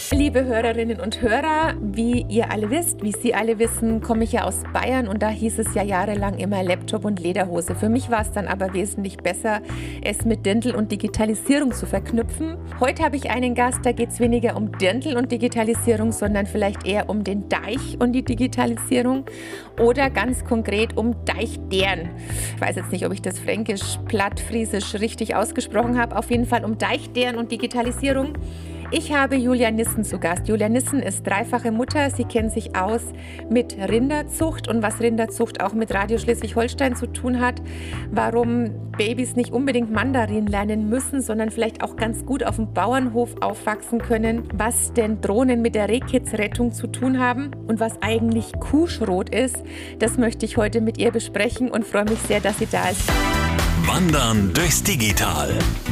Liebe Hörerinnen und Hörer, wie ihr alle wisst, wie Sie alle wissen, komme ich ja aus Bayern und da hieß es ja jahrelang immer Laptop und Lederhose. Für mich war es dann aber wesentlich besser, es mit Dirndl und Digitalisierung zu verknüpfen. Heute habe ich einen Gast, da geht es weniger um Dirndl und Digitalisierung, sondern vielleicht eher um den Deich und die Digitalisierung oder ganz konkret um Deichdern. Ich weiß jetzt nicht, ob ich das fränkisch, plattfriesisch richtig ausgesprochen habe. Auf jeden Fall um Deichdern und Digitalisierung. Ich habe Julia Nissen zu Gast. Julia Nissen ist dreifache Mutter. Sie kennt sich aus mit Rinderzucht und was Rinderzucht auch mit Radio Schleswig-Holstein zu tun hat. Warum Babys nicht unbedingt Mandarin lernen müssen, sondern vielleicht auch ganz gut auf dem Bauernhof aufwachsen können. Was denn Drohnen mit der Rehkitzrettung zu tun haben und was eigentlich Kuhschrot ist. Das möchte ich heute mit ihr besprechen und freue mich sehr, dass sie da ist. Wandern durchs Digital.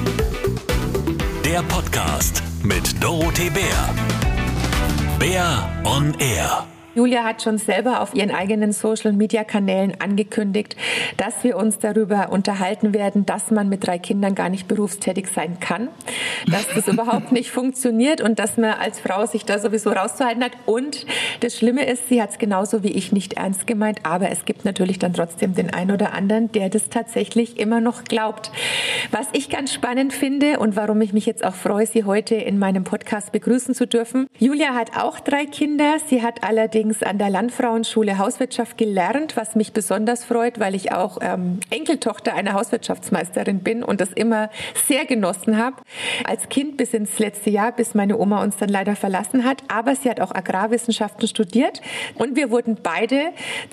Der Podcast mit Dorothee Bär. Bär on Air. Julia hat schon selber auf ihren eigenen Social-Media-Kanälen angekündigt, dass wir uns darüber unterhalten werden, dass man mit 3 Kindern gar nicht berufstätig sein kann, dass das überhaupt nicht funktioniert und dass man als Frau sich da sowieso rauszuhalten hat. Und das Schlimme ist, sie hat es genauso wie ich nicht ernst gemeint, aber es gibt natürlich dann trotzdem den einen oder anderen, der das tatsächlich immer noch glaubt. Was ich ganz spannend finde und warum ich mich jetzt auch freue, sie heute in meinem Podcast begrüßen zu dürfen. Julia hat auch 3 Kinder, sie hat allerdings an der Landfrauenschule Hauswirtschaft gelernt, was mich besonders freut, weil ich auch Enkeltochter einer Hauswirtschaftsmeisterin bin und das immer sehr genossen habe. Als Kind bis ins letzte Jahr, bis meine Oma uns dann leider verlassen hat. Aber sie hat auch Agrarwissenschaften studiert und wir wurden beide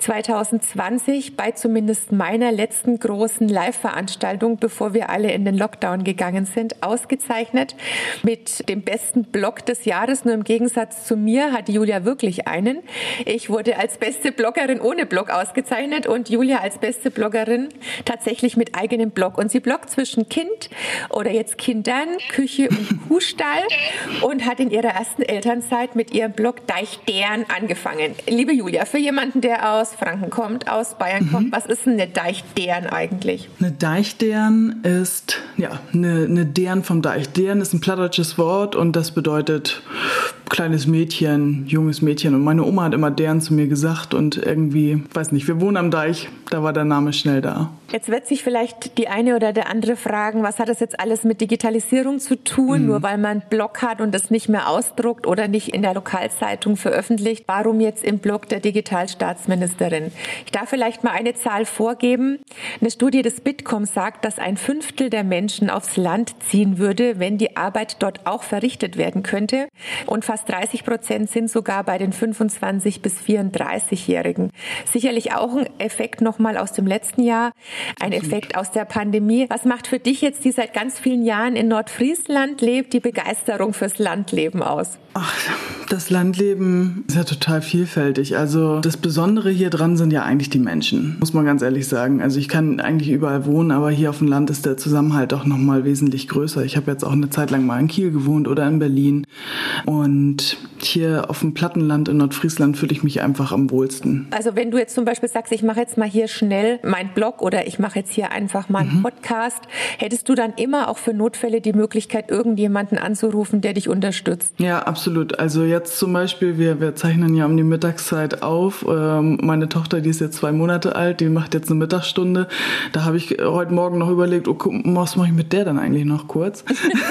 2020 bei zumindest meiner letzten großen Live-Veranstaltung, bevor wir alle in den Lockdown gegangen sind, ausgezeichnet mit dem besten Blog des Jahres. Nur im Gegensatz zu mir hat Julia wirklich einen. Ich wurde als beste Bloggerin ohne Blog ausgezeichnet und Julia als beste Bloggerin tatsächlich mit eigenem Blog. Und sie bloggt zwischen Kind oder jetzt Kindern, Küche und Kuhstall und hat in ihrer ersten Elternzeit mit ihrem Blog Deichdern angefangen. Liebe Julia, für jemanden, der aus Franken kommt, aus Bayern kommt, was ist denn eine Deichdern eigentlich? Eine Deichdern ist eine Dern vom Deich. Dern ist ein plattdeutsches Wort und das bedeutet kleines Mädchen, junges Mädchen. Und meine Oma hat immer Dern zu mir gesagt und irgendwie, weiß nicht, wir wohnen am Deich, da war der Name schnell da. Jetzt wird sich vielleicht die eine oder der andere fragen, was hat das jetzt alles mit Digitalisierung zu tun? Nur weil man einen Blog hat und das nicht mehr ausdruckt oder nicht in der Lokalzeitung veröffentlicht, warum jetzt im Blog der Digitalstaatsministerin? Ich darf vielleicht mal eine Zahl vorgeben. Eine Studie des Bitkom sagt, dass 1/5 der Menschen aufs Land ziehen würde, wenn die Arbeit dort auch verrichtet werden könnte. Und fast 30% sind sogar bei den 25- bis 34-Jährigen. Sicherlich auch ein Effekt nochmal aus dem letzten Jahr, ein Effekt aus der Pandemie. Was macht für dich jetzt, die seit ganz vielen Jahren in Nordfriesland lebt, die Begeisterung fürs Landleben aus? Ach, das Landleben ist ja total vielfältig. Also das Besondere hier dran sind ja eigentlich die Menschen, muss man ganz ehrlich sagen. Also ich kann eigentlich überall wohnen, aber hier auf dem Land ist der Zusammenhalt doch nochmal wesentlich größer. Ich habe jetzt auch eine Zeit lang mal in Kiel gewohnt oder in Berlin. Und hier auf dem Plattenland in Nordfriesland fühle ich mich einfach am wohlsten. Also wenn du jetzt zum Beispiel sagst, ich mache jetzt mal hier schnell meinen Blog oder ich mache jetzt hier einfach mal einen Podcast, hättest du dann immer auch für Notfälle die Möglichkeit, irgendjemanden anzurufen, der dich unterstützt? Ja, absolut. Also jetzt zum Beispiel, wir zeichnen ja um die Mittagszeit auf. Meine Tochter, die ist jetzt 2 Monate alt, die macht jetzt eine Mittagsstunde. Da habe ich heute Morgen noch überlegt, was mache ich mit der dann eigentlich noch kurz?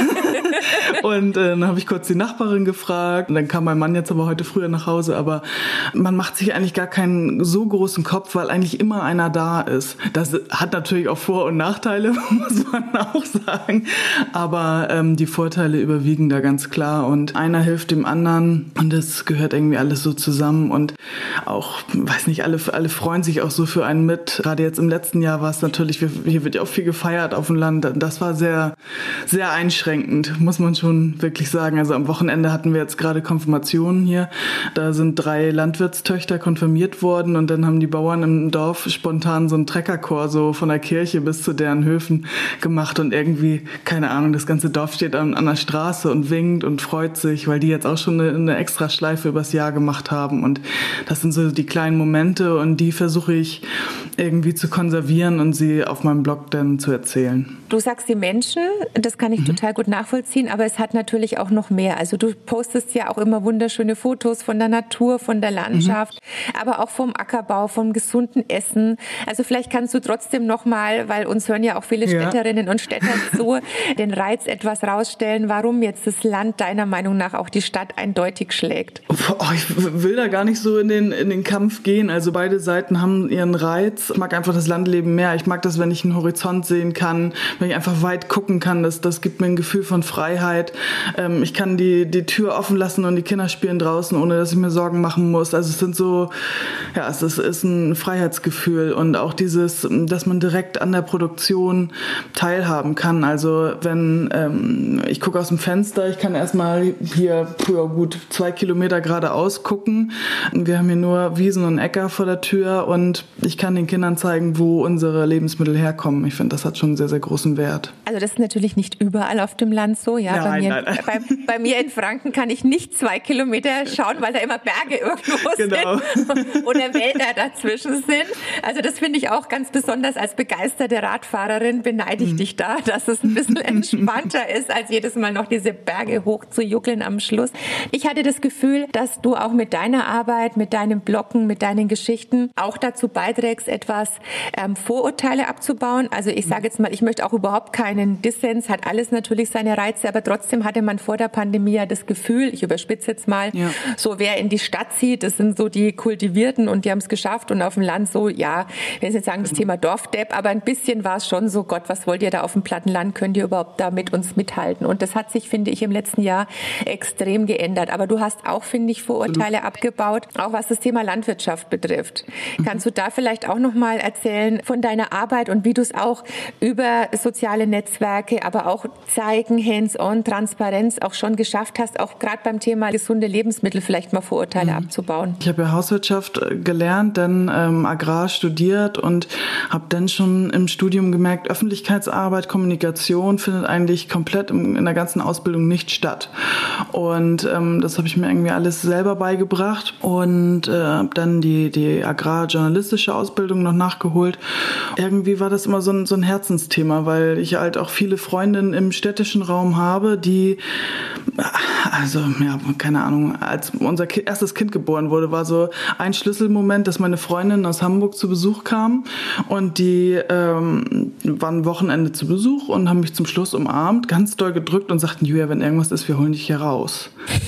Und dann habe ich kurz die Nachbarin gefragt. Und dann kam mein Mann jetzt aber heute früher nach Hause. Aber man macht sich eigentlich gar keinen so großen Kopf, weil eigentlich immer einer da ist. Das hat natürlich auch Vor- und Nachteile, muss man auch sagen. Aber die Vorteile überwiegen da ganz klar. Und einer hilft dem anderen. Und das gehört irgendwie alles so zusammen. Und auch, weiß nicht, alle freuen sich auch so für einen mit. Gerade jetzt im letzten Jahr war es natürlich, hier wird ja auch viel gefeiert auf dem Land. Das war sehr, sehr einschränkend, muss man schon wirklich sagen. Also am Wochenende hatten wir jetzt gerade Konfirmationen hier. Da sind 3 Landwirtstöchter konfirmiert worden und dann haben die Bauern im Dorf spontan so einen Treckerchor so von der Kirche bis zu deren Höfen gemacht und irgendwie, keine Ahnung, das ganze Dorf steht an der Straße und winkt und freut sich, weil die jetzt auch schon eine extra Schleife übers Jahr gemacht haben und das sind so die kleinen Momente und die versuche ich irgendwie zu konservieren und sie auf meinem Blog dann zu erzählen. Du sagst die Menschen, das kann ich total gut nachvollziehen, aber es hat natürlich auch noch mehr. Also du postest ja auch immer wunderschöne Fotos von der Natur, von der Landschaft, aber auch vom Ackerbau, vom gesunden Essen. Also vielleicht kannst du trotzdem nochmal, weil uns hören ja auch viele Städterinnen und Städter zu, den Reiz etwas rausstellen, warum jetzt das Land deiner Meinung nach auch die Stadt eindeutig schlägt. Ich will da gar nicht so in den Kampf gehen. Also beide Seiten haben ihren Reiz. Ich mag einfach das Landleben mehr. Ich mag das, wenn ich einen Horizont sehen kann, wenn ich einfach weit gucken kann. Das gibt mir ein Gefühl von Freiheit. Ich kann die Tür offen lassen und die Kinder spielen draußen, ohne dass ich mir Sorgen machen muss. Also es sind so, ja, es ist ein Freiheitsgefühl und auch dieses, dass man direkt an der Produktion teilhaben kann. Also wenn ich gucke aus dem Fenster, ich kann erstmal hier gut 2 Kilometer geradeaus gucken. Wir haben hier nur Wiesen und Äcker vor der Tür und ich kann den Kindern zeigen, wo unsere Lebensmittel herkommen. Ich finde, das hat schon einen sehr, sehr großen Wert. Also das ist natürlich nicht überall auf dem Land so. Ja, nein. Bei mir in Franken kann ich nicht 2 Kilometer schauen, weil da immer Berge irgendwo sind oder Wälder dazwischen sind. Also das finde ich auch ganz besonders. Als begeisterte Radfahrerin beneide ich dich da, dass es ein bisschen entspannter ist, als jedes Mal noch diese Berge hoch zu juckeln am Schluss. Ich hatte das Gefühl, dass du auch mit deiner Arbeit, mit deinen Bloggen, mit deinen Geschichten auch dazu beiträgst, etwas Vorurteile abzubauen. Also ich sage jetzt mal, ich möchte auch überhaupt keinen Dissens, hat alles natürlich seine Reize, aber trotzdem hatte man vor der Pandemie ja das Gefühl, ich überspitze jetzt mal, so wer in die Stadt zieht, das sind so die Kultivierten und die haben es geschafft und auf dem Land so, ja, ich will jetzt sagen, das Thema Dorfdepp, aber ein bisschen war es schon so, Gott, was wollt ihr da auf dem Plattenland, könnt ihr überhaupt da mit uns mithalten? Und das hat sich, finde ich, im letzten Jahr extrem geändert. Aber du hast auch, finde ich, Vorurteile abgebaut, auch was das Thema Landwirtschaft betrifft. Kannst du da vielleicht auch noch mal erzählen von deiner Arbeit und wie du es auch über soziale Netzwerke, aber auch zeigen, hands-on, Transparenz auch schon geschafft hast, auch gerade beim Thema gesunde Lebensmittel vielleicht mal Vorurteile abzubauen? Ich habe ja Hauswirtschaft gelernt, dann Agrar studiert und habe dann schon im Studium gemerkt, Öffentlichkeitsarbeit, Kommunikation findet eigentlich komplett in der ganzen Ausbildung nicht statt. Und das habe ich mir irgendwie alles selber beigebracht und habe dann die agrarjournalistische Ausbildung noch nachgeholt. Irgendwie war das immer so ein Herzensthema, weil ich halt auch viele Freundinnen im städtischen Raum habe, die, also ja, keine Ahnung, als unser erstes Kind geboren wurde, war so ein Schlüsselmoment, dass meine Freundinnen aus Hamburg zu Besuch kamen und die waren Wochenende zu Besuch und haben mich zum Schluss umarmt, ganz doll gedrückt und sagten, Julia, wenn irgendwas ist, wir holen dich hier raus.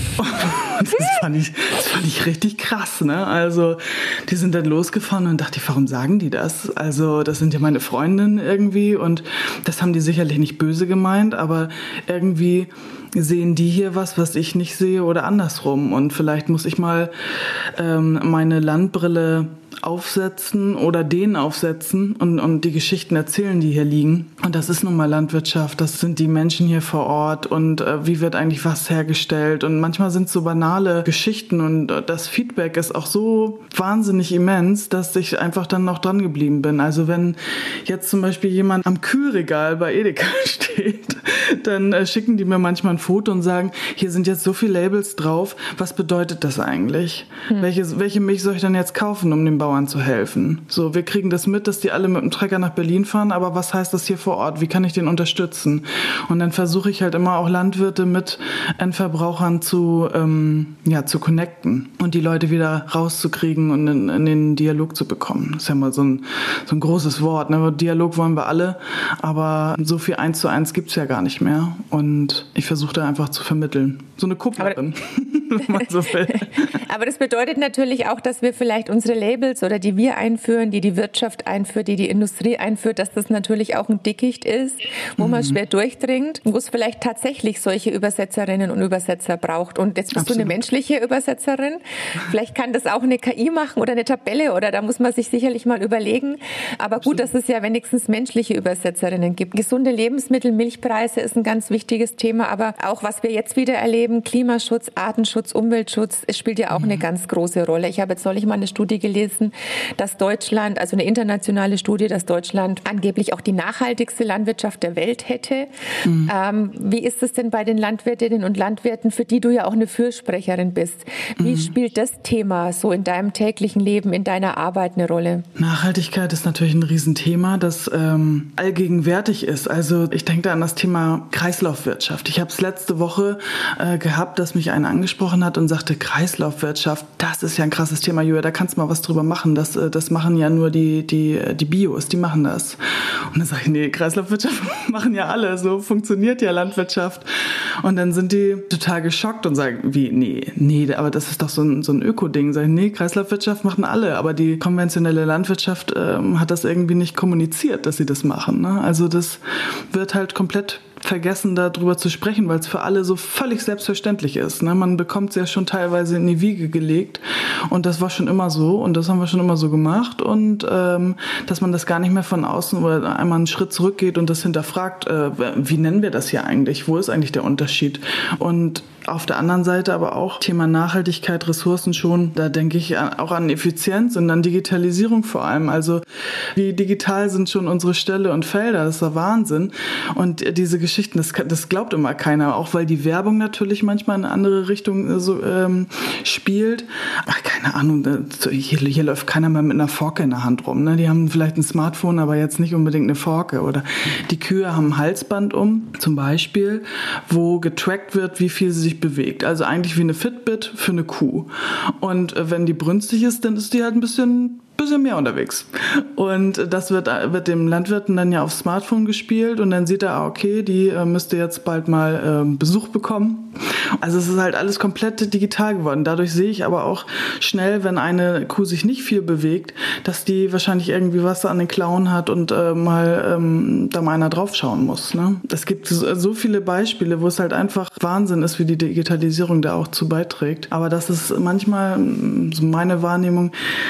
Das fand ich richtig krass, ne? Also die sind dann losgefahren und dachte ich, warum sagen die das? Also das sind ja meine Freundinnen irgendwie und das haben die sicherlich nicht böse gemeint, aber irgendwie sehen die hier was ich nicht sehe oder andersrum. Und vielleicht muss ich mal meine Landbrille aufsetzen oder denen aufsetzen und die Geschichten erzählen, die hier liegen. Und das ist nun mal Landwirtschaft, das sind die Menschen hier vor Ort und wie wird eigentlich was hergestellt. Und manchmal sind es so banale Geschichten und das Feedback ist auch so wahnsinnig immens, dass ich einfach dann noch dran geblieben bin. Also wenn jetzt zum Beispiel jemand am Kühlregal bei Edeka steht, dann schicken die mir manchmal ein Foto und sagen, hier sind jetzt so viele Labels drauf, was bedeutet das eigentlich? Welche Milch soll ich dann jetzt kaufen, um den Bauern zu helfen? So, wir kriegen das mit, dass die alle mit dem Trecker nach Berlin fahren, aber was heißt das hier vor Ort? Wie kann ich den unterstützen? Und dann versuche ich halt immer auch Landwirte mit Endverbrauchern zu connecten und die Leute wieder rauszukriegen und in den Dialog zu bekommen. Das ist ja mal so ein großes Wort, ne? Dialog wollen wir alle, aber so viel 1:1 gibt's ja gar nicht mehr. Und ich versuche da einfach zu vermitteln. So eine Kupplerin, wenn man so will. Aber das bedeutet natürlich auch, dass wir vielleicht unsere Labels oder die wir einführen, die Wirtschaft einführt, die Industrie einführt, dass das natürlich auch ein Dickicht ist, wo man schwer durchdringt, wo es vielleicht tatsächlich solche Übersetzerinnen und Übersetzer braucht. Und jetzt bist du eine menschliche Übersetzerin. Vielleicht kann das auch eine KI machen oder eine Tabelle oder da muss man sich sicherlich mal überlegen. Aber gut, dass es ja wenigstens menschliche Übersetzerinnen gibt. Gesunde Lebensmittel, Milchpreise ist ein ganz wichtiges Thema, aber auch was wir jetzt wieder erleben, Klimaschutz, Artenschutz, Klimaschutz, Umweltschutz, es spielt ja auch eine ganz große Rolle. Ich habe jetzt neulich mal eine Studie gelesen, dass Deutschland, also eine internationale Studie, dass Deutschland angeblich auch die nachhaltigste Landwirtschaft der Welt hätte. Wie ist es denn bei den Landwirtinnen und Landwirten, für die du ja auch eine Fürsprecherin bist? Wie spielt das Thema so in deinem täglichen Leben, in deiner Arbeit eine Rolle? Nachhaltigkeit ist natürlich ein Riesenthema, das allgegenwärtig ist. Also ich denke da an das Thema Kreislaufwirtschaft. Ich habe es letzte Woche gehabt, dass mich einer angesprochen hat und sagte, Kreislaufwirtschaft, das ist ja ein krasses Thema, Julia, da kannst du mal was drüber machen. Das machen ja nur die Bios, die machen das. Und dann sage ich, nee, Kreislaufwirtschaft machen ja alle, so funktioniert ja Landwirtschaft. Und dann sind die total geschockt und sagen, wie, nee, aber das ist doch so ein Öko-Ding. Sag ich, nee, Kreislaufwirtschaft machen alle, aber die konventionelle Landwirtschaft hat das irgendwie nicht kommuniziert, dass sie das machen. Ne? Also das wird halt komplett vergessen, darüber zu sprechen, weil es für alle so völlig selbstverständlich ist. Ne? Man bekommt es ja schon teilweise in die Wiege gelegt und das war schon immer so und das haben wir schon immer so gemacht und dass man das gar nicht mehr von außen oder einmal einen Schritt zurückgeht und das hinterfragt, wie nennen wir das hier eigentlich? Wo ist eigentlich der Unterschied? Und auf der anderen Seite aber auch Thema Nachhaltigkeit, Ressourcen schon, da denke ich auch an Effizienz und an Digitalisierung vor allem. Also wie digital sind schon unsere Ställe und Felder, das ist der Wahnsinn. Und diese Geschichten, das glaubt immer keiner, auch weil die Werbung natürlich manchmal in eine andere Richtung spielt. Ach, keine Ahnung, hier läuft keiner mehr mit einer Forke in der Hand rum. Ne? Die haben vielleicht ein Smartphone, aber jetzt nicht unbedingt eine Forke. Oder die Kühe haben ein Halsband um, zum Beispiel, wo getrackt wird, wie viel sie sich bewegt. Also eigentlich wie eine Fitbit für eine Kuh. Und wenn die brünstig ist, dann ist die halt ein bisschen mehr unterwegs. Und das wird dem Landwirten dann ja aufs Smartphone gespielt und dann sieht er, okay, die müsste jetzt bald mal Besuch bekommen. Also es ist halt alles komplett digital geworden. Dadurch sehe ich aber auch schnell, wenn eine Kuh sich nicht viel bewegt, dass die wahrscheinlich irgendwie was an den Klauen hat und da mal einer draufschauen muss. Ne? Es gibt so viele Beispiele, wo es halt einfach Wahnsinn ist, wie die Digitalisierung da auch zu beiträgt. Aber das ist manchmal so meine Wahrnehmung.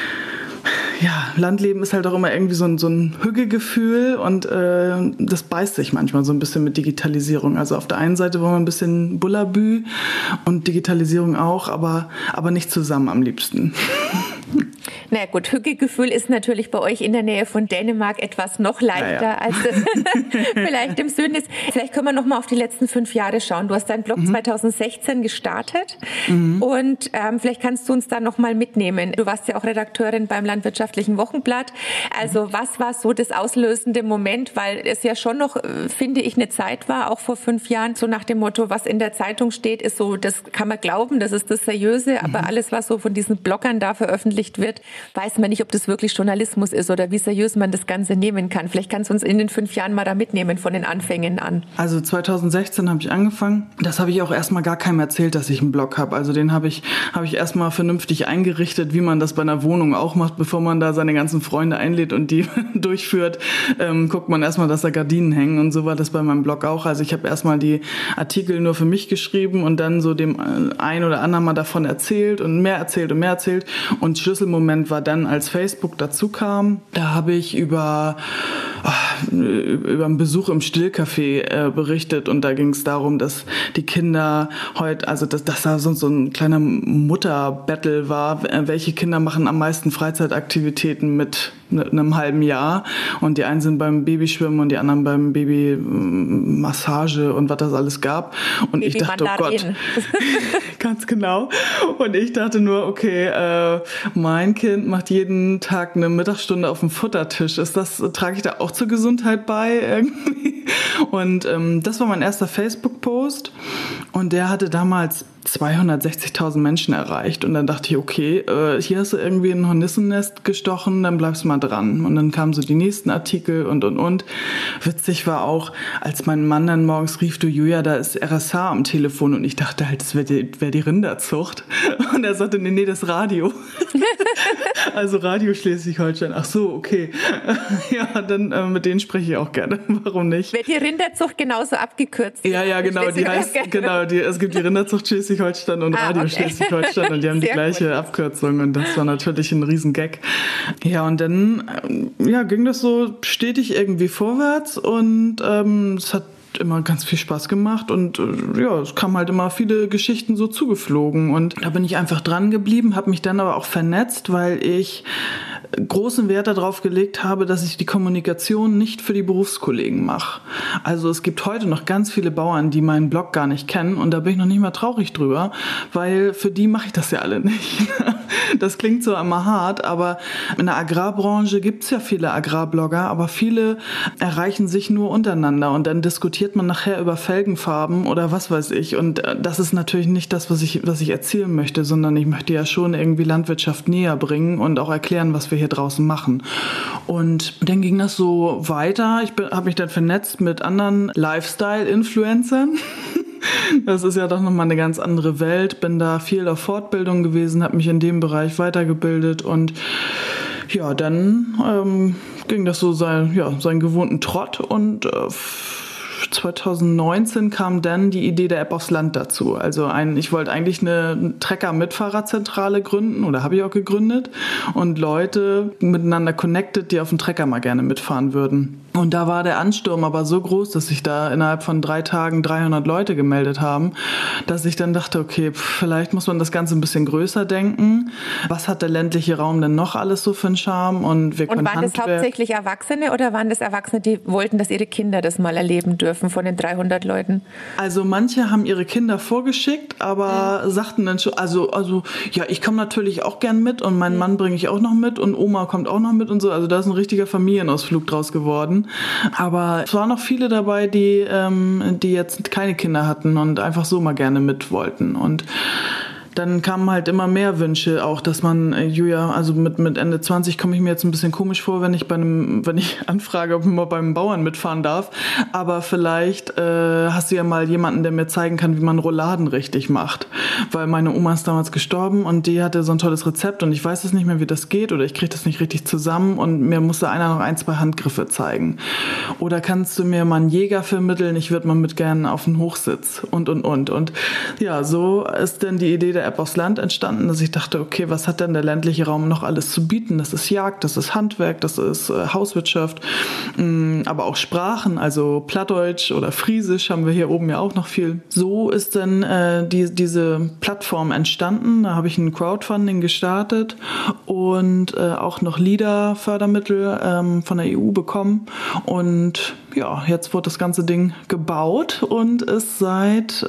Ja, Landleben ist halt auch immer irgendwie so ein Hügelgefühl und das beißt sich manchmal so ein bisschen mit Digitalisierung. Also auf der einen Seite wollen wir ein bisschen Bullabü und Digitalisierung auch, aber nicht zusammen am liebsten. Na gut, Hügelgefühl ist natürlich bei euch in der Nähe von Dänemark etwas noch leichter, als es vielleicht im Süden ist. Vielleicht können wir noch mal auf die letzten 5 Jahre schauen. Du hast deinen Blog 2016 gestartet und vielleicht kannst du uns da noch mal mitnehmen. Du warst ja auch Redakteurin beim Landwirtschaftlichen Wochenblatt. Also was war so das auslösende Moment, weil es ja schon noch, finde ich, eine Zeit war, auch vor 5 Jahren, so nach dem Motto, was in der Zeitung steht, ist so, das kann man glauben, das ist das Seriöse, aber alles, was so von diesen Bloggern da veröffentlicht wird, weiß man nicht, ob das wirklich Journalismus ist oder wie seriös man das Ganze nehmen kann. Vielleicht kannst du uns in den 5 Jahren mal da mitnehmen von den Anfängen an. Also 2016 habe ich angefangen. Das habe ich auch erstmal gar keinem erzählt, dass ich einen Blog habe. Also den habe ich erstmal vernünftig eingerichtet, wie man das bei einer Wohnung auch macht, bevor man da seine ganzen Freunde einlädt und die durchführt. Guckt man erstmal, dass da Gardinen hängen und so war das bei meinem Blog auch. Also ich habe erstmal die Artikel nur für mich geschrieben und dann so dem ein oder anderen mal davon erzählt und mehr erzählt und mehr erzählt. Und Schlüsselmoment war dann, als Facebook dazu kam, da habe ich über einen Besuch im Stillcafé berichtet und da ging es darum, dass die Kinder heute, also dass da so ein kleiner Mutterbattle war, welche Kinder machen am meisten Freizeitaktivitäten mit einem halben Jahr und die einen sind beim Babyschwimmen und die anderen beim Babymassage und was das alles gab und ich dachte, oh Gott, ganz genau, und ich dachte nur, okay, mein Kind macht jeden Tag eine Mittagsstunde auf dem Futtertisch, trage ich da auch zur Gesundheit bei irgendwie? Und das war mein erster Facebook-Post und der hatte damals 260.000 Menschen erreicht und dann dachte ich, okay, hier hast du irgendwie ein Hornissennest gestochen, dann bleibst du mal dran. Und dann kamen so die nächsten Artikel und. Witzig war auch, als mein Mann dann morgens rief, du Julia, da ist RSH am Telefon und ich dachte halt, das wäre die Rinderzucht. Und er sagte, nee, das Radio. Also Radio Schleswig-Holstein. Ach so, okay. Ja, dann mit denen spreche ich auch gerne. Warum nicht? Wird die Rinderzucht genauso abgekürzt? Ja, genau. Die heißt, es gibt die Rinderzucht Schleswig-Holstein und Radio Schleswig-Holstein und die haben die gleiche Abkürzung und das war natürlich ein Riesengag. Ja, und dann ging das so stetig irgendwie vorwärts und es hat immer ganz viel Spaß gemacht und es kamen halt immer viele Geschichten so zugeflogen und da bin ich einfach dran geblieben, habe mich dann aber auch vernetzt, weil ich großen Wert darauf gelegt habe, dass ich die Kommunikation nicht für die Berufskollegen mache. Also es gibt heute noch ganz viele Bauern, die meinen Blog gar nicht kennen und da bin ich noch nicht mal traurig drüber, weil für die mache ich das ja alle nicht. Das klingt so immer hart, aber in der Agrarbranche gibt es ja viele Agrarblogger, aber viele erreichen sich nur untereinander und dann diskutiert man nachher über Felgenfarben oder was weiß ich und das ist natürlich nicht das, was ich erzielen möchte, sondern ich möchte ja schon irgendwie Landwirtschaft näher bringen und auch erklären, was wir hier draußen machen. Und dann ging das so weiter. Ich habe mich dann vernetzt mit anderen Lifestyle-Influencern. Das ist ja doch nochmal eine ganz andere Welt. Bin da viel auf Fortbildung gewesen, habe mich in dem Bereich weitergebildet und ja, dann ging das so seinen gewohnten Trott und 2019 kam dann die Idee der App aufs Land dazu. Also ich wollte eigentlich eine Trecker-Mitfahrerzentrale gründen oder habe ich auch gegründet und Leute miteinander connected, die auf dem Trecker mal gerne mitfahren würden. Und da war der Ansturm aber so groß, dass sich da innerhalb von 3 Tagen 300 Leute gemeldet haben, dass ich dann dachte, okay, vielleicht muss man das Ganze ein bisschen größer denken. Was hat der ländliche Raum denn noch alles so für einen Charme? Und waren das hauptsächlich Erwachsene oder waren das Erwachsene, die wollten, dass ihre Kinder das mal erleben dürfen von den 300 Leuten? Also manche haben ihre Kinder vorgeschickt, aber sagten dann schon, also ja, ich komme natürlich auch gern mit und meinen Mann bringe ich auch noch mit und Oma kommt auch noch mit und so. Also da ist ein richtiger Familienausflug draus geworden. Aber es waren noch viele dabei, die jetzt keine Kinder hatten und einfach so mal gerne mit wollten. Und dann kamen halt immer mehr Wünsche auch, dass man, Julia, also mit Ende 20 komme ich mir jetzt ein bisschen komisch vor, wenn ich anfrage, ob ich mal beim Bauern mitfahren darf. Aber vielleicht hast du ja mal jemanden, der mir zeigen kann, wie man Rouladen richtig macht. Weil meine Oma ist damals gestorben und die hatte so ein tolles Rezept und ich weiß es nicht mehr, wie das geht oder ich kriege das nicht richtig zusammen und mir musste einer noch 1, 2 Handgriffe zeigen. Oder kannst du mir mal einen Jäger vermitteln, ich würde mal mit gern auf den Hochsitz und. Und ja, so ist dann die Idee der App aufs Land entstanden, dass ich dachte, okay, was hat denn der ländliche Raum noch alles zu bieten? Das ist Jagd, das ist Handwerk, das ist Hauswirtschaft, aber auch Sprachen, also Plattdeutsch oder Friesisch haben wir hier oben ja auch noch viel. So ist dann diese Plattform entstanden. Da habe ich ein Crowdfunding gestartet und auch noch LEADER-Fördermittel von der EU bekommen und ja, jetzt wurde das ganze Ding gebaut und ist seit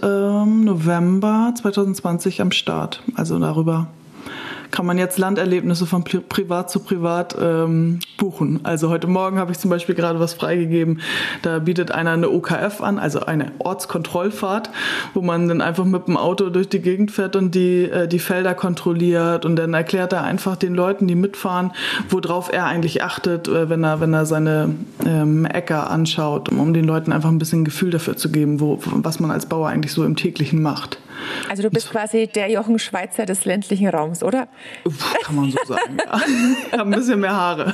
November 2020 am Start. Also darüber kann man jetzt Landerlebnisse von privat zu privat buchen. Also heute Morgen habe ich zum Beispiel gerade was freigegeben. Da bietet einer eine OKF an, also eine Ortskontrollfahrt, wo man dann einfach mit dem Auto durch die Gegend fährt und die Felder kontrolliert und dann erklärt er einfach den Leuten, die mitfahren, worauf er eigentlich achtet, wenn er seine Äcker anschaut, um den Leuten einfach ein bisschen Gefühl dafür zu geben, was man als Bauer eigentlich so im täglichen macht. Also du bist quasi der Jochen Schweizer des ländlichen Raums, oder? Kann man so sagen, ja. Ich habe ein bisschen mehr Haare.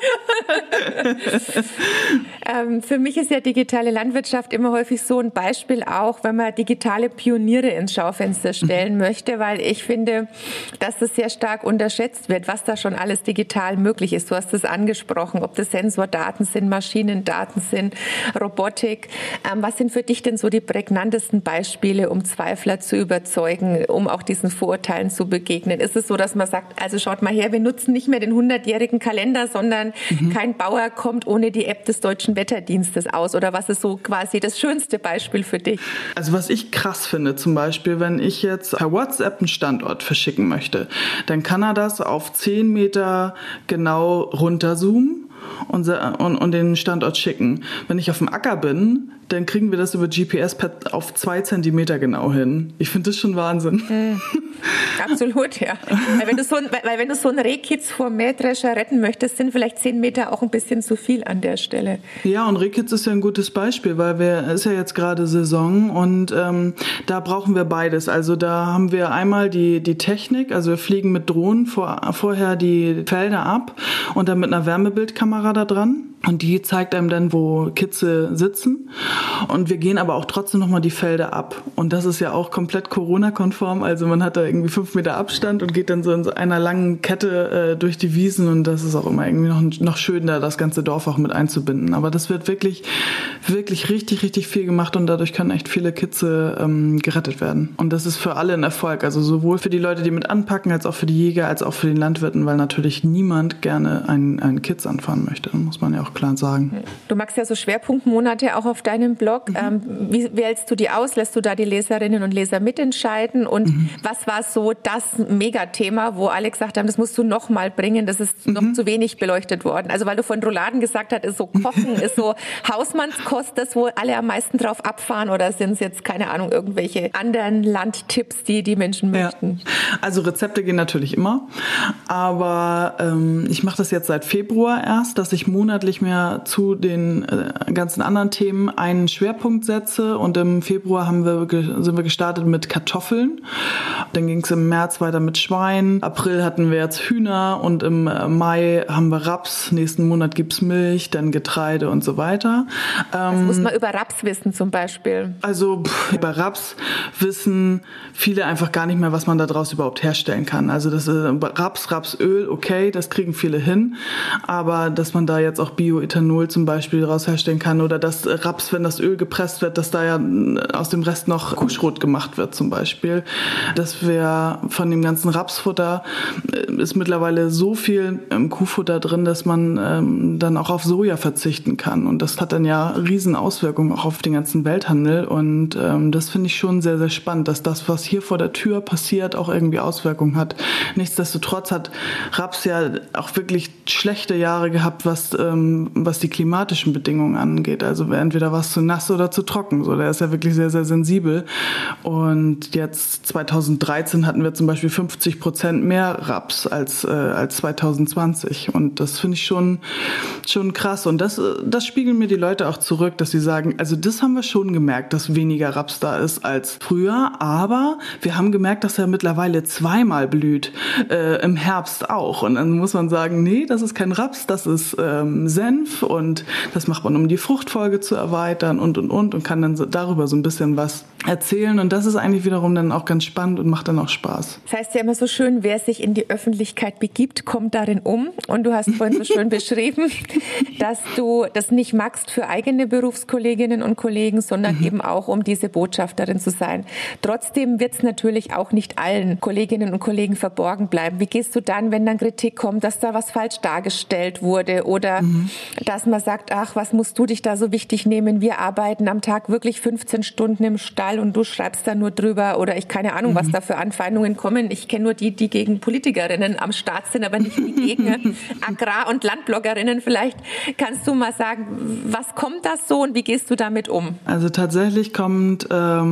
Für mich ist ja digitale Landwirtschaft immer häufig so ein Beispiel auch, wenn man digitale Pioniere ins Schaufenster stellen möchte, weil ich finde, dass das sehr stark unterschätzt wird, was da schon alles digital möglich ist. Du hast es angesprochen, ob das Sensordaten sind, Maschinendaten sind, Robotik. Was sind für dich denn so die prägnantesten Beispiele, um Zweifler zu überzeugen, um auch diesen Vorurteilen zu begegnen? Ist es so, dass man sagt, also schaut mal her, wir nutzen nicht mehr den 100-jährigen Kalender, sondern kein Bauer kommt ohne die App des Deutschen Wetterdienstes aus? Oder was ist so quasi das schönste Beispiel für dich? Also was ich krass finde, zum Beispiel, wenn ich jetzt per WhatsApp einen Standort verschicken möchte, dann kann er das auf 10 Meter genau runterzoomen und den Standort schicken. Wenn ich auf dem Acker bin, dann kriegen wir das über GPS auf 2 Zentimeter genau hin. Ich finde das schon Wahnsinn. Absolut, ja. Weil wenn du so einen Rehkitz vor Mähdrescher retten möchtest, sind vielleicht 10 Meter auch ein bisschen zu viel an der Stelle. Ja, und Rehkitz ist ja ein gutes Beispiel, weil es ist ja jetzt gerade Saison und da brauchen wir beides. Also da haben wir einmal die Technik, also wir fliegen mit Drohnen vorher die Felder ab und dann mit einer Wärmebildkamera da dran. und die zeigt einem dann, wo Kitze sitzen. Und wir gehen aber auch trotzdem nochmal die Felder ab. Und das ist ja auch komplett Corona-konform. Also man hat da irgendwie 5 Meter Abstand und geht dann so in so einer langen Kette durch die Wiesen. Und das ist auch immer irgendwie noch schön, da das ganze Dorf auch mit einzubinden. Aber das wird wirklich, wirklich richtig, richtig viel gemacht. Und dadurch können echt viele Kitze gerettet werden. Und das ist für alle ein Erfolg. Also sowohl für die Leute, die mit anpacken, als auch für die Jäger, als auch für den Landwirten. Weil natürlich niemand gerne einen Kitz anfahren möchte. Das muss man ja auch klar sagen. Du machst ja so Schwerpunktmonate auch auf deinem Blog. Wie wählst du die aus? Lässt du da die Leserinnen und Leser mitentscheiden? Und was war so das Megathema, wo alle gesagt haben, das musst du noch mal bringen, das ist noch zu wenig beleuchtet worden? Also weil du von Rouladen gesagt hast, ist so Kochen, ist so Hausmannskost, das wo alle am meisten drauf abfahren, oder sind es jetzt, keine Ahnung, irgendwelche anderen Landtipps, die Menschen möchten? Also Rezepte gehen natürlich immer, aber ich mache das jetzt seit Februar erst, dass ich monatlich mehr zu den ganzen anderen Themen einen Schwerpunkt setze, und im Februar sind wir gestartet mit Kartoffeln. Dann ging es im März weiter mit Schwein. April hatten wir jetzt Hühner und im Mai haben wir Raps. Nächsten Monat gibt's Milch, dann Getreide und so weiter. Was muss man über Raps wissen zum Beispiel? Also über Raps wissen viele einfach gar nicht mehr, was man daraus überhaupt herstellen kann. Also das ist Rapsöl, okay, das kriegen viele hin, aber dass man da jetzt auch Bioethanol zum Beispiel daraus herstellen kann, oder dass Raps, wenn das Öl gepresst wird, dass da ja aus dem Rest noch Kuhschrot gemacht wird zum Beispiel. Dass wir von dem ganzen Rapsfutter ist mittlerweile so viel Kuhfutter drin, dass man dann auch auf Soja verzichten kann. Und das hat dann ja riesen Auswirkungen auch auf den ganzen Welthandel. Und das finde ich schon sehr, sehr spannend, dass das, was hier vor der Tür passiert, auch irgendwie Auswirkungen hat. Nichtsdestotrotz hat Raps ja auch wirklich schlechte Jahre gehabt, was die klimatischen Bedingungen angeht. Also entweder war es zu nass oder zu trocken. So, der ist ja wirklich sehr, sehr sensibel. Und jetzt 2013 hatten wir zum Beispiel 50% mehr Raps als 2020. Und das finde ich schon krass. Und das spiegeln mir die Leute auch zurück, dass sie sagen, also das haben wir schon gemerkt, dass weniger Raps da ist als früher. Aber wir haben gemerkt, dass er mittlerweile zweimal blüht, im Herbst auch. Und dann muss man sagen, nee, das ist kein Raps, das ist Senf, und das macht man, um die Fruchtfolge zu erweitern und kann dann darüber so ein bisschen was erzählen. Und das ist eigentlich wiederum dann auch ganz spannend und macht dann auch Spaß. Das heißt ja immer so schön, wer sich in die Öffentlichkeit begibt, kommt darin um. Und du hast vorhin so schön beschrieben, dass du das nicht magst für eigene Berufskolleginnen und Kollegen, sondern eben auch, um diese Botschafterin zu sein. Trotzdem wird es natürlich auch nicht allen Kolleginnen und Kollegen verborgen bleiben. Wie gehst du dann, wenn dann Kritik kommt, dass da was falsch dargestellt wurde, oder dass man sagt, ach, was musst du dich da so wichtig nehmen? Wir arbeiten am Tag wirklich 15 Stunden im Stall und du schreibst da nur drüber, oder ich keine Ahnung, was da für Anfeindungen kommen. Ich kenne nur die gegen Politikerinnen am Start sind, aber nicht die gegen Agrar- und Landbloggerinnen. Vielleicht kannst du mal sagen, was kommt das so und wie gehst du damit um? Also tatsächlich kommt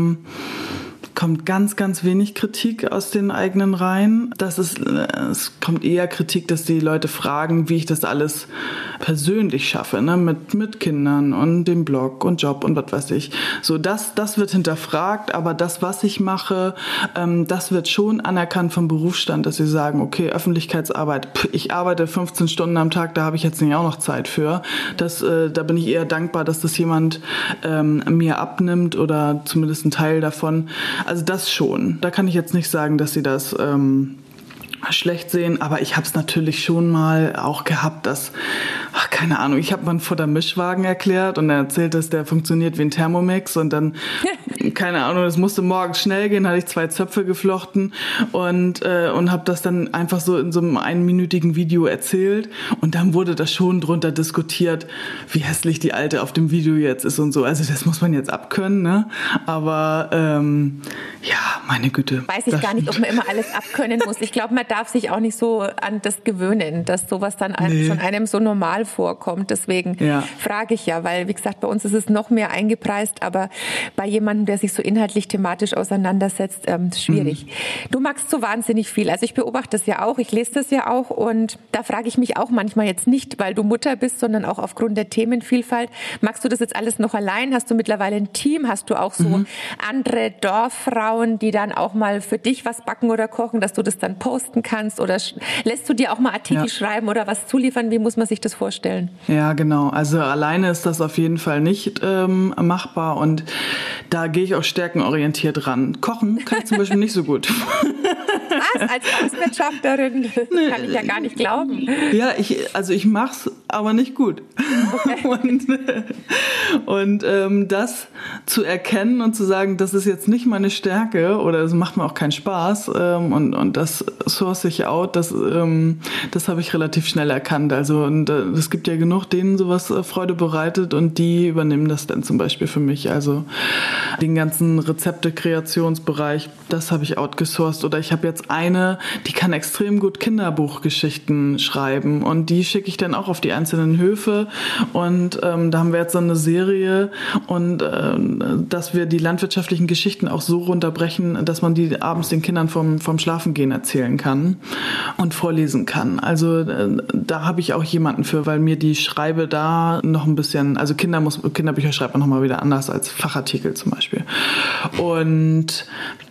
ganz, ganz wenig Kritik aus den eigenen Reihen. Es kommt eher Kritik, dass die Leute fragen, wie ich das alles persönlich schaffe, ne? Mit Kindern und dem Blog und Job und was weiß ich. So, das wird hinterfragt, aber das, was ich mache, das wird schon anerkannt vom Berufsstand, dass sie sagen, okay, Öffentlichkeitsarbeit, ich arbeite 15 Stunden am Tag, da habe ich jetzt nicht auch noch Zeit für. Da bin ich eher dankbar, dass das jemand mir abnimmt, oder zumindest ein Teil davon. Also das schon. Da kann ich jetzt nicht sagen, dass sie das schlecht sehen, aber ich habe es natürlich schon mal auch gehabt, dass, keine Ahnung, ich habe mal einen Futtermischwagen erklärt und er erzählt, dass der funktioniert wie ein Thermomix, und dann, keine Ahnung, das musste morgens schnell gehen, hatte ich 2 Zöpfe geflochten und habe das dann einfach so in so einem 1-minütigen Video erzählt, und dann wurde das schon drunter diskutiert, wie hässlich die Alte auf dem Video jetzt ist und so. Also das muss man jetzt abkönnen, ne? Aber ja, meine Güte. Weiß ich gar nicht, ob man immer alles abkönnen muss. Ich glaube, man darf sich auch nicht so an das gewöhnen, dass sowas dann schon einem so normal vorkommt. Deswegen frage ich ja, weil, wie gesagt, bei uns ist es noch mehr eingepreist, aber bei jemandem, der sich so inhaltlich thematisch auseinandersetzt, schwierig. Du magst so wahnsinnig viel. Also ich beobachte das ja auch, ich lese das ja auch, und da frage ich mich auch manchmal jetzt nicht, weil du Mutter bist, sondern auch aufgrund der Themenvielfalt. Magst du das jetzt alles noch allein? Hast du mittlerweile ein Team? Hast du auch so andere Dorffrauen, die dann auch mal für dich was backen oder kochen, dass du das dann posten kannst oder lässt du dir auch mal Artikel schreiben oder was zuliefern? Wie muss man sich das vorstellen? Ja, genau. Also alleine ist das auf jeden Fall nicht machbar und da gehe ich auch stärkenorientiert ran. Kochen kann ich zum Beispiel nicht so gut. Was? Als Hauswirtschafterin? Das kann ich ja gar nicht glauben. Ja, ich mach's, aber nicht gut. Okay. Und das zu erkennen und zu sagen, das ist jetzt nicht meine Stärke oder es macht mir auch keinen Spaß und das source ich out, das habe ich relativ schnell erkannt. Also und es gibt ja genug, denen sowas Freude bereitet und die übernehmen das dann zum Beispiel für mich. Also den ganzen Rezepte-Kreationsbereich, das habe ich outgesourced. Oder ich habe jetzt eine, die kann extrem gut Kinderbuchgeschichten schreiben und die schicke ich dann auch auf die einzelnen Höfe und da haben wir jetzt so eine Serie und dass wir die landwirtschaftlichen Geschichten auch so runterbrechen, dass man die abends den Kindern vom Schlafengehen erzählen kann und vorlesen kann. Also da habe ich auch jemanden für, weil mir die Schreibe da noch ein bisschen, also Kinderbücher schreibt man nochmal wieder anders als Fachartikel zum Beispiel. Und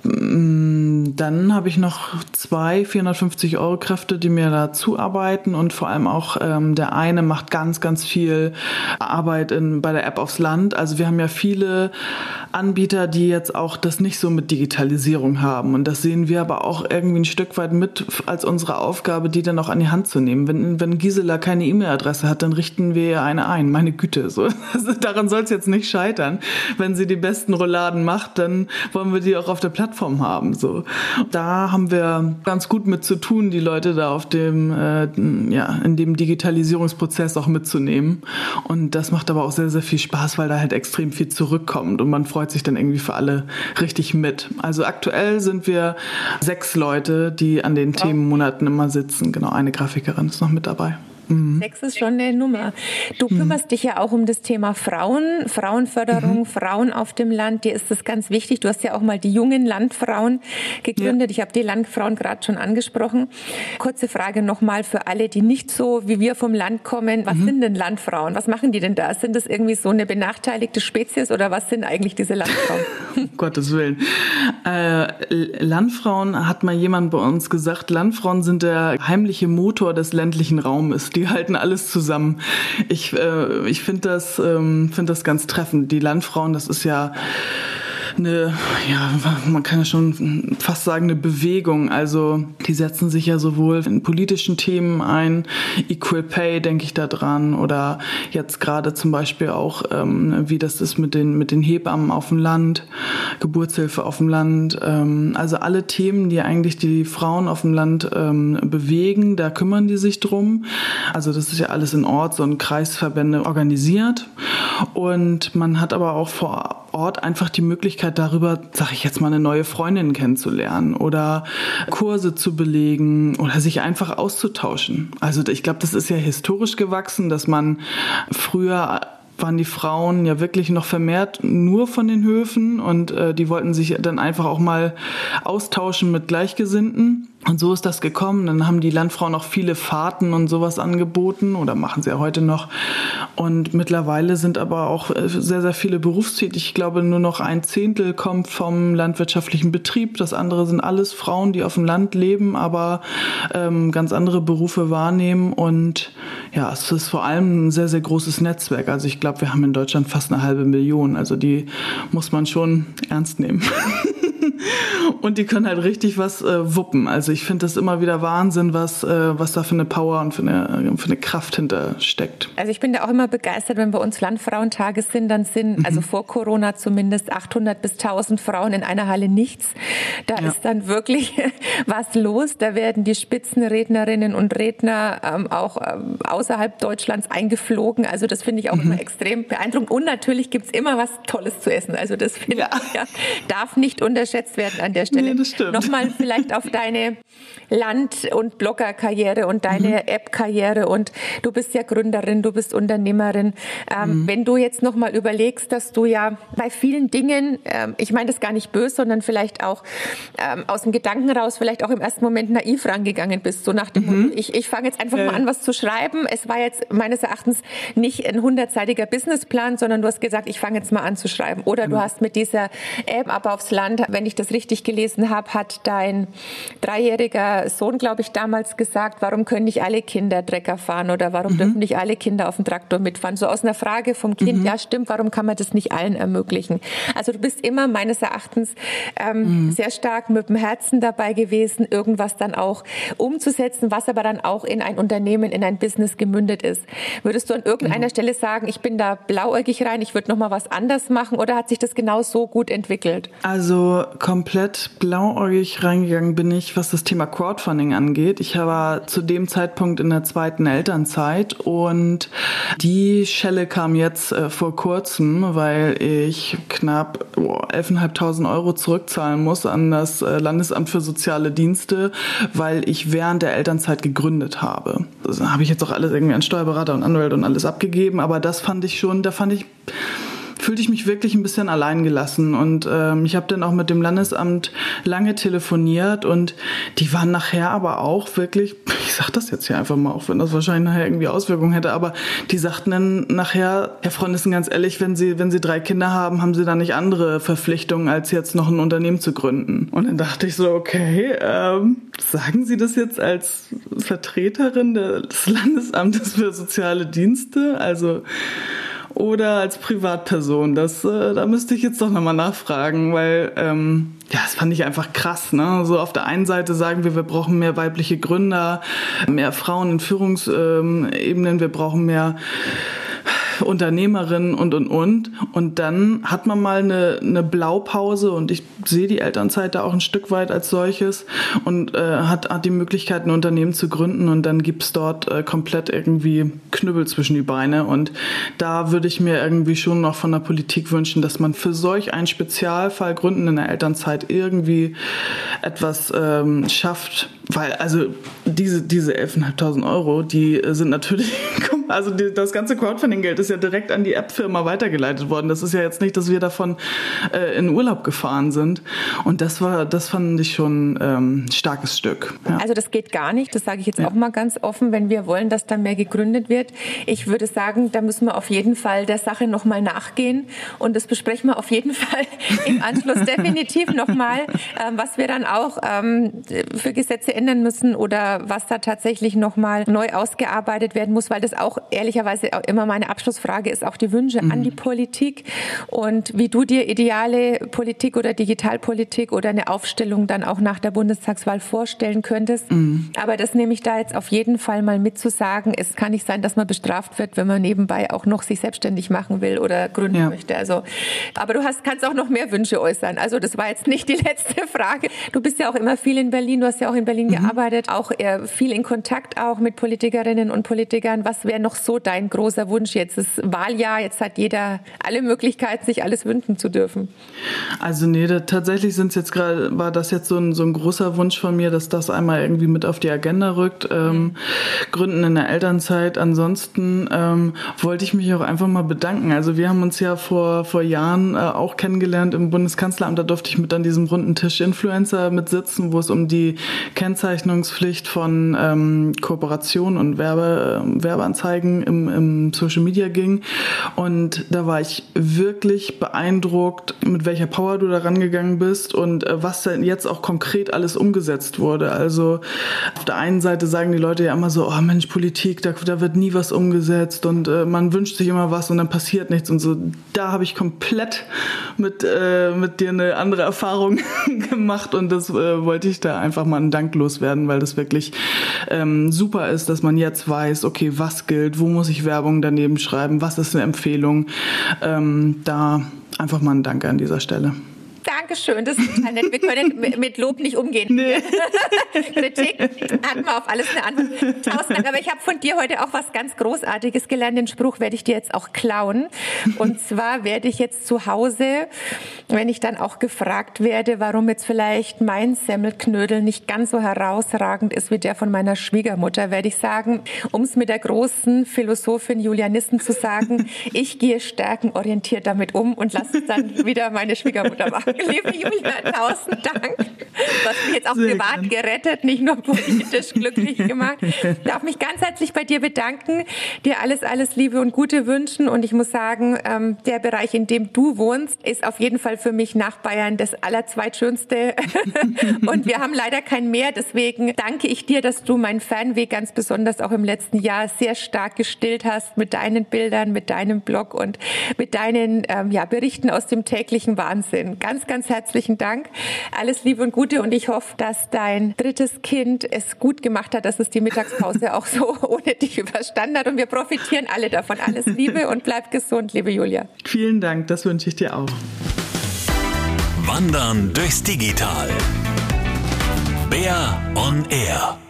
dann habe ich noch 2 450-Euro-Kräfte, die mir da zuarbeiten und vor allem auch der eine macht ganz, ganz viel Arbeit bei der App aufs Land. Also wir haben ja viele Anbieter, die jetzt auch das nicht so mit Digitalisierung haben und das sehen wir aber auch irgendwie ein Stück weit mit als unsere Aufgabe, die dann auch an die Hand zu nehmen. Wenn Gisela keine E-Mail-Adresse hat, dann richten wir ihr eine ein. Meine Güte, so. Also daran soll es jetzt nicht scheitern. Wenn sie die besten Rouladen macht, dann wollen wir die auch auf der Plattform haben. So. Da haben wir ganz gut mit zu tun, die Leute da auf dem, in dem Digitalisierungsprozess auch mitzunehmen. Und das macht aber auch sehr, sehr viel Spaß, weil da halt extrem viel zurückkommt und man freut sich dann irgendwie für alle richtig mit. Also aktuell sind wir 6 Leute, die an den Themenmonaten immer sitzen. Genau, eine Grafikerin ist noch mit dabei. 6 ist schon eine Nummer. Du kümmerst dich ja auch um das Thema Frauen, Frauenförderung, Frauen auf dem Land. Dir ist das ganz wichtig. Du hast ja auch mal die jungen Landfrauen gegründet. Ja. Ich habe die Landfrauen gerade schon angesprochen. Kurze Frage nochmal für alle, die nicht so wie wir vom Land kommen. Was sind denn Landfrauen? Was machen die denn da? Sind das irgendwie so eine benachteiligte Spezies oder was sind eigentlich diese Landfrauen? Um Gottes Willen. Landfrauen, hat mal jemand bei uns gesagt, Landfrauen sind der heimliche Motor des ländlichen Raumes. Die halten alles zusammen. Ich finde das ganz treffend. Die Landfrauen, das ist ja man kann ja schon fast sagen, eine Bewegung. Also die setzen sich ja sowohl in politischen Themen ein, Equal Pay, denke ich da dran, oder jetzt gerade zum Beispiel auch, wie das ist mit den Hebammen auf dem Land, Geburtshilfe auf dem Land. Also alle Themen, die eigentlich die Frauen auf dem Land bewegen, da kümmern die sich drum. Also das ist ja alles in Orts- und Kreisverbände organisiert. Und man hat aber auch vor Ort einfach die Möglichkeit darüber, sage ich jetzt mal, eine neue Freundin kennenzulernen oder Kurse zu belegen oder sich einfach auszutauschen. Also ich glaube, das ist ja historisch gewachsen, dass man früher waren die Frauen ja wirklich noch vermehrt nur von den Höfen und die wollten sich dann einfach auch mal austauschen mit Gleichgesinnten. Und so ist das gekommen. Dann haben die Landfrauen auch viele Fahrten und sowas angeboten oder machen sie ja heute noch. Und mittlerweile sind aber auch sehr, sehr viele berufstätig. Ich glaube, nur noch 1/10 kommt vom landwirtschaftlichen Betrieb. Das andere sind alles Frauen, die auf dem Land leben, aber ganz andere Berufe wahrnehmen. Und ja, es ist vor allem ein sehr, sehr großes Netzwerk. Also ich glaube, wir haben in Deutschland fast 500.000. Also die muss man schon ernst nehmen. Und die können halt richtig was wuppen. Also ich finde das immer wieder Wahnsinn, was da für eine Power und für eine Kraft hinter steckt. Also ich bin da auch immer begeistert, wenn bei uns Landfrauentage sind, dann sind, also vor Corona zumindest, 800 bis 1000 Frauen in einer Halle nichts. Da ist dann wirklich was los. Da werden die Spitzenrednerinnen und Redner auch außerhalb Deutschlands eingeflogen. Also das finde ich auch immer extrem beeindruckend. Und natürlich gibt's immer was Tolles zu essen. Also das finde ich, darf nicht unterschätzt werden an der Stelle. Nee, das stimmt. Nochmal vielleicht auf deine Land- und Blogger-Karriere und deine App-Karriere und du bist ja Gründerin, du bist Unternehmerin. Wenn du jetzt nochmal überlegst, dass du ja bei vielen Dingen, ich meine das gar nicht böse, sondern vielleicht auch aus dem Gedanken raus, vielleicht auch im ersten Moment naiv rangegangen bist, so nach dem Motto, ich fange jetzt einfach mal an, was zu schreiben. Es war jetzt meines Erachtens nicht ein 100-seitiger Businessplan, sondern du hast gesagt, ich fange jetzt mal an zu schreiben. Oder du hast mit dieser App, aber aufs Land, wenn ich das das richtig gelesen habe, hat dein 3-jähriger Sohn, glaube ich, damals gesagt, warum können nicht alle Kinder Trecker fahren oder warum dürfen nicht alle Kinder auf dem Traktor mitfahren? So aus einer Frage vom Kind, ja stimmt, warum kann man das nicht allen ermöglichen? Also du bist immer meines Erachtens sehr stark mit dem Herzen dabei gewesen, irgendwas dann auch umzusetzen, was aber dann auch in ein Unternehmen, in ein Business gemündet ist. Würdest du an irgendeiner Stelle sagen, ich bin da blauäugig rein, ich würde noch mal was anders machen, oder hat sich das genau so gut entwickelt? Also komplett blauäugig reingegangen bin ich, was das Thema Crowdfunding angeht. Ich war zu dem Zeitpunkt in der 2. Elternzeit und die Schelle kam jetzt vor kurzem, weil ich knapp 11.500 Euro zurückzahlen muss an das Landesamt für soziale Dienste, weil ich während der Elternzeit gegründet habe. Das habe ich jetzt auch alles irgendwie an Steuerberater und Anwälte und alles abgegeben, aber das fand ich schon, fühlte ich mich wirklich ein bisschen alleingelassen und ich habe dann auch mit dem Landesamt lange telefoniert und die waren nachher aber auch wirklich, ich sag das jetzt hier einfach mal, auch wenn das wahrscheinlich nachher irgendwie Auswirkungen hätte, aber die sagten dann nachher, Herr Freundissen, ganz ehrlich, wenn Sie 3 Kinder haben Sie da nicht andere Verpflichtungen, als jetzt noch ein Unternehmen zu gründen. Und dann dachte ich so, okay, sagen Sie das jetzt als Vertreterin des Landesamtes für soziale Dienste? Also oder als Privatperson, da müsste ich jetzt doch nochmal nachfragen, weil das fand ich einfach krass, ne? So auf der einen Seite sagen wir brauchen mehr weibliche Gründer, mehr Frauen in Führungsebenen, wir brauchen mehr Unternehmerin und dann hat man mal eine Blaupause und ich sehe die Elternzeit da auch ein Stück weit als solches und hat die Möglichkeit, ein Unternehmen zu gründen und dann gibt's dort komplett irgendwie Knüppel zwischen die Beine und da würde ich mir irgendwie schon noch von der Politik wünschen, dass man für solch einen Spezialfall Gründen in der Elternzeit irgendwie etwas schafft, weil also diese 11.500 Euro, die sind natürlich, also das ganze Crowdfunding-Geld ist ja direkt an die App-Firma weitergeleitet worden. Das ist ja jetzt nicht, dass wir davon in Urlaub gefahren sind. Und das fand ich schon ein starkes Stück. Ja. Also das geht gar nicht, das sage ich jetzt auch mal ganz offen, wenn wir wollen, dass da mehr gegründet wird. Ich würde sagen, da müssen wir auf jeden Fall der Sache nochmal nachgehen und das besprechen wir auf jeden Fall im Anschluss definitiv nochmal, was wir dann auch für Gesetze ändern müssen oder was da tatsächlich nochmal neu ausgearbeitet werden muss, weil das auch ehrlicherweise auch immer meine Abschlussfrage ist, auch die Wünsche an die Politik und wie du dir ideale Politik oder Digitalpolitik oder eine Aufstellung dann auch nach der Bundestagswahl vorstellen könntest. Aber das nehme ich da jetzt auf jeden Fall mal mit zu sagen. Es kann nicht sein, dass man bestraft wird, wenn man nebenbei auch noch sich selbstständig machen will oder gründen möchte. Also, aber du kannst auch noch mehr Wünsche äußern. Also das war jetzt nicht die letzte Frage. Du bist ja auch immer viel in Berlin. Du hast ja auch in Berlin gearbeitet, auch viel in Kontakt auch mit Politikerinnen und Politikern. Was wäre noch so dein großer Wunsch? Jetzt ist Wahljahr, jetzt hat jeder alle Möglichkeiten, sich alles wünschen zu dürfen. Also nee, tatsächlich war das jetzt so ein großer Wunsch von mir, dass das einmal irgendwie mit auf die Agenda rückt. Gründen in der Elternzeit. Ansonsten wollte ich mich auch einfach mal bedanken. Also wir haben uns ja vor Jahren auch kennengelernt im Bundeskanzleramt. Da durfte ich mit an diesem runden Tisch Influencer mit sitzen, wo es um die Kennzeichnungspflicht von Kooperationen und Werbeanzeigen im Social Media ging. Und da war ich wirklich beeindruckt, mit welcher Power du da rangegangen bist und was denn jetzt auch konkret alles umgesetzt wurde. Also auf der einen Seite sagen die Leute ja immer so, oh Mensch, Politik, da wird nie was umgesetzt und man wünscht sich immer was und dann passiert nichts und so. Da habe ich komplett mit dir eine andere Erfahrung gemacht und das wollte ich da einfach mal einen Dank loswerden, weil das wirklich super ist, dass man jetzt weiß, okay, was gilt, wo muss ich Werbung daneben schreiben, was ist eine Empfehlung. Da einfach mal ein Danke an dieser Stelle. Dankeschön, das ist total nett. Wir können mit Lob nicht umgehen. Nee. Kritik hat man auf alles eine Antwort. 1000 Dank, aber ich habe von dir heute auch was ganz Großartiges gelernt. Den Spruch werde ich dir jetzt auch klauen. Und zwar werde ich jetzt zu Hause, wenn ich dann auch gefragt werde, warum jetzt vielleicht mein Semmelknödel nicht ganz so herausragend ist wie der von meiner Schwiegermutter, werde ich sagen, um es mit der großen Philosophin Julia Nissen zu sagen, ich gehe stärkenorientiert damit um und lasse es dann wieder meine Schwiegermutter machen. Liebe Liebe Julia, 1000 Dank. Du hast mich jetzt auch privat gerettet, nicht nur politisch glücklich gemacht. Ich darf mich ganz herzlich bei dir bedanken, dir alles Liebe und Gute wünschen. Und ich muss sagen, der Bereich, in dem du wohnst, ist auf jeden Fall für mich nach Bayern das Allerzweitschönste. Und wir haben leider kein Meer. Deswegen danke ich dir, dass du mein Fernweh ganz besonders auch im letzten Jahr sehr stark gestillt hast mit deinen Bildern, mit deinem Blog und mit deinen Berichten aus dem täglichen Wahnsinn. Ganz, ganz herzlichen Dank. Alles Liebe und Gute und ich hoffe, dass dein drittes Kind es gut gemacht hat, dass es die Mittagspause auch so ohne dich überstanden hat und wir profitieren alle davon. Alles Liebe und bleib gesund, liebe Julia. Vielen Dank, das wünsche ich dir auch. Wandern durchs Digital. Bär on Air.